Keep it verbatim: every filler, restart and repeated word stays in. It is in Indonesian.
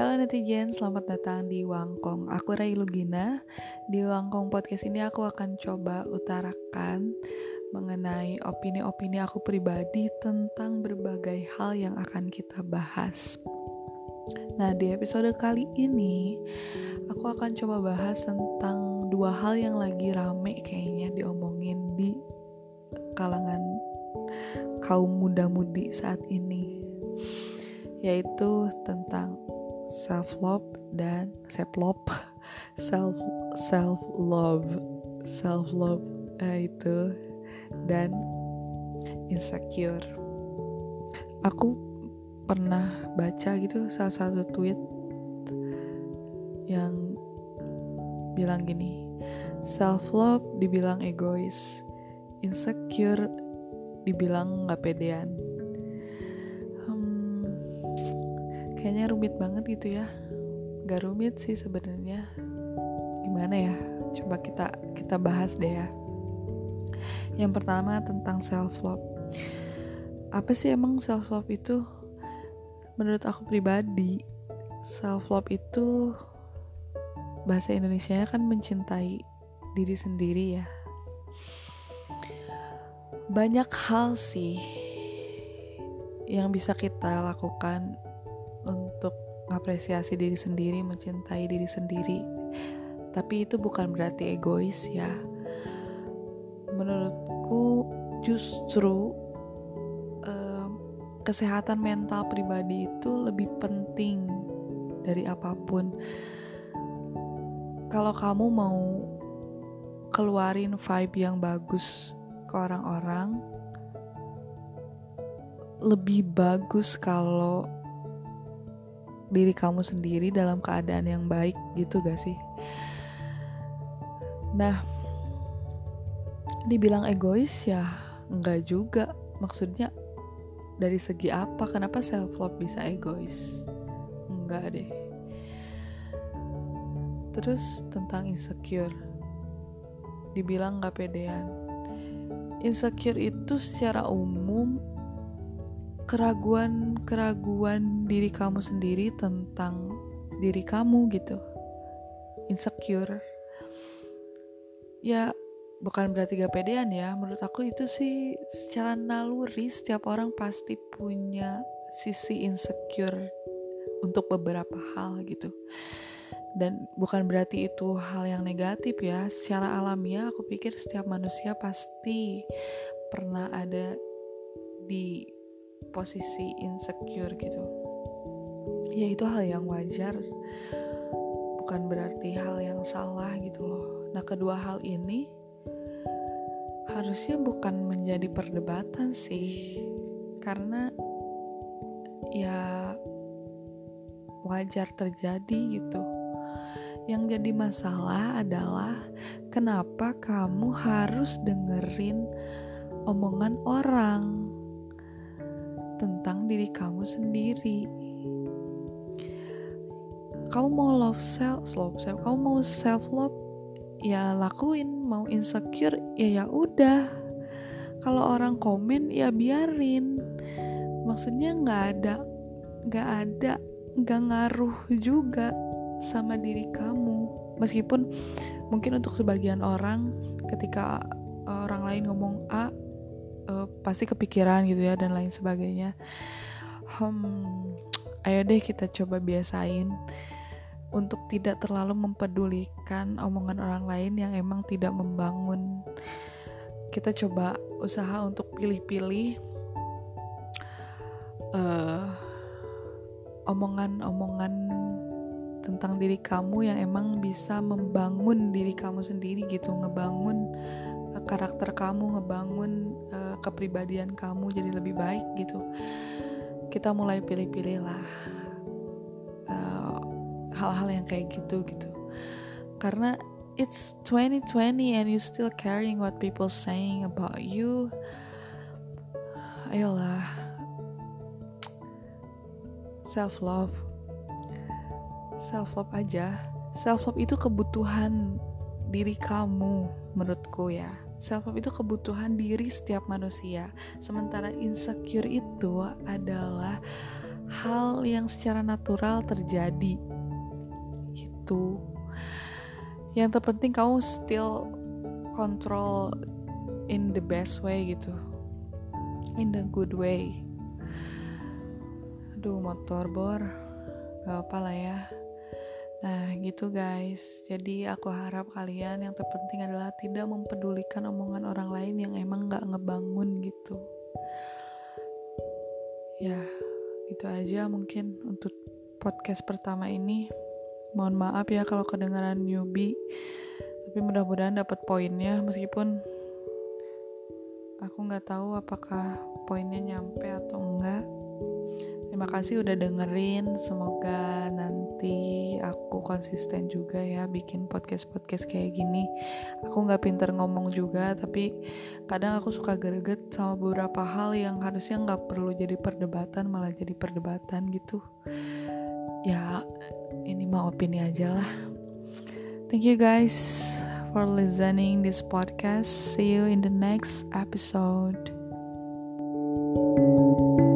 Halo netizen, selamat datang di Wangkong. Aku Ray Lugina. Di Wangkong Podcast ini aku akan coba utarakan mengenai opini-opini aku pribadi tentang berbagai hal yang akan kita bahas. Nah, di episode kali ini aku akan coba bahas tentang dua hal yang lagi rame kayaknya diomongin di kalangan kaum muda-mudi saat ini, yaitu tentang self love dan self love self self love self love eh, itu dan insecure. Aku pernah baca gitu salah satu tweet yang bilang gini, self love dibilang egois, insecure dibilang nggak pedean. Hmm, kayaknya rumit banget gitu ya. Gak rumit sih sebenarnya. Gimana ya? Coba kita kita bahas deh ya. Yang pertama tentang self love. Apa sih emang self love itu? Menurut aku pribadi, self love itu bahasa Indonesianya kan mencintai diri sendiri ya. Banyak hal sih yang bisa kita lakukan untuk mengapresiasi diri sendiri, mencintai diri sendiri. Tapi itu bukan berarti egois ya. Menurutku justru eh, kesehatan mental pribadi itu lebih penting dari apapun. Kalau kamu mau keluarin vibe yang bagus ke orang-orang, lebih bagus kalau diri kamu sendiri dalam keadaan yang baik gitu gak sih? Nah, dibilang egois ya enggak juga. Maksudnya dari segi apa? Kenapa self love bisa egois? Enggak deh. Terus tentang insecure, dibilang gak pedean. Insecure itu secara umum keraguan-keraguan diri kamu sendiri tentang diri kamu gitu. Insecure ya bukan berarti gak pedean ya. Menurut aku itu sih secara naluri setiap orang pasti punya sisi insecure untuk beberapa hal gitu. Dan bukan berarti itu hal yang negatif ya. Secara alamiah aku pikir setiap manusia pasti pernah ada di posisi insecure gitu. Ya itu hal yang wajar, bukan berarti hal yang salah gitu loh. Nah, kedua hal ini harusnya bukan menjadi perdebatan sih, karena ya wajar terjadi gitu. Yang jadi masalah adalah kenapa kamu harus dengerin omongan orang tentang diri kamu sendiri. Kamu mau love self, love self, kamu mau self love, ya lakuin. Mau insecure, ya ya udah. Kalau orang komen, ya biarin. Maksudnya nggak ada, nggak ada, nggak ngaruh juga sama diri kamu. Meskipun mungkin untuk sebagian orang, ketika orang lain ngomong A, uh, pasti kepikiran gitu ya dan lain sebagainya. Hmm, ayo deh kita coba biasain untuk tidak terlalu mempedulikan omongan orang lain yang emang tidak membangun. Kita coba usaha untuk pilih-pilih uh, omongan-omongan tentang diri kamu yang emang bisa membangun diri kamu sendiri gitu, ngebangun karakter kamu, ngebangun uh, kepribadian kamu jadi lebih baik gitu. Kita mulai pilih-pilih lah uh, hal-hal yang kayak gitu gitu. Karena it's twenty twenty and you still caring what people saying about you. Ayolah, self love, self love aja. Self love itu kebutuhan diri kamu menurutku ya. Self love itu kebutuhan diri setiap manusia. Sementara insecure itu adalah hal yang secara natural terjadi gitu. Yang terpenting kamu still control in the best way gitu, in the good way. Aduh, motor bor, gak apa lah ya. Nah gitu guys, jadi aku harap kalian yang terpenting adalah tidak mempedulikan omongan orang lain yang emang gak ngebangun gitu. Ya gitu aja mungkin untuk podcast pertama ini. Mohon maaf ya kalau kedengaran newbie, tapi mudah-mudahan dapat poinnya, meskipun aku gak tahu apakah poinnya nyampe atau enggak. Terima kasih udah dengerin. Semoga nanti aku konsisten juga ya bikin podcast-podcast kayak gini. Aku gak pinter ngomong juga, tapi kadang aku suka greget sama beberapa hal yang harusnya gak perlu jadi perdebatan, malah jadi perdebatan gitu. Ya ini mah opini aja lah. Thank you guys for listening this podcast. See you in the next episode.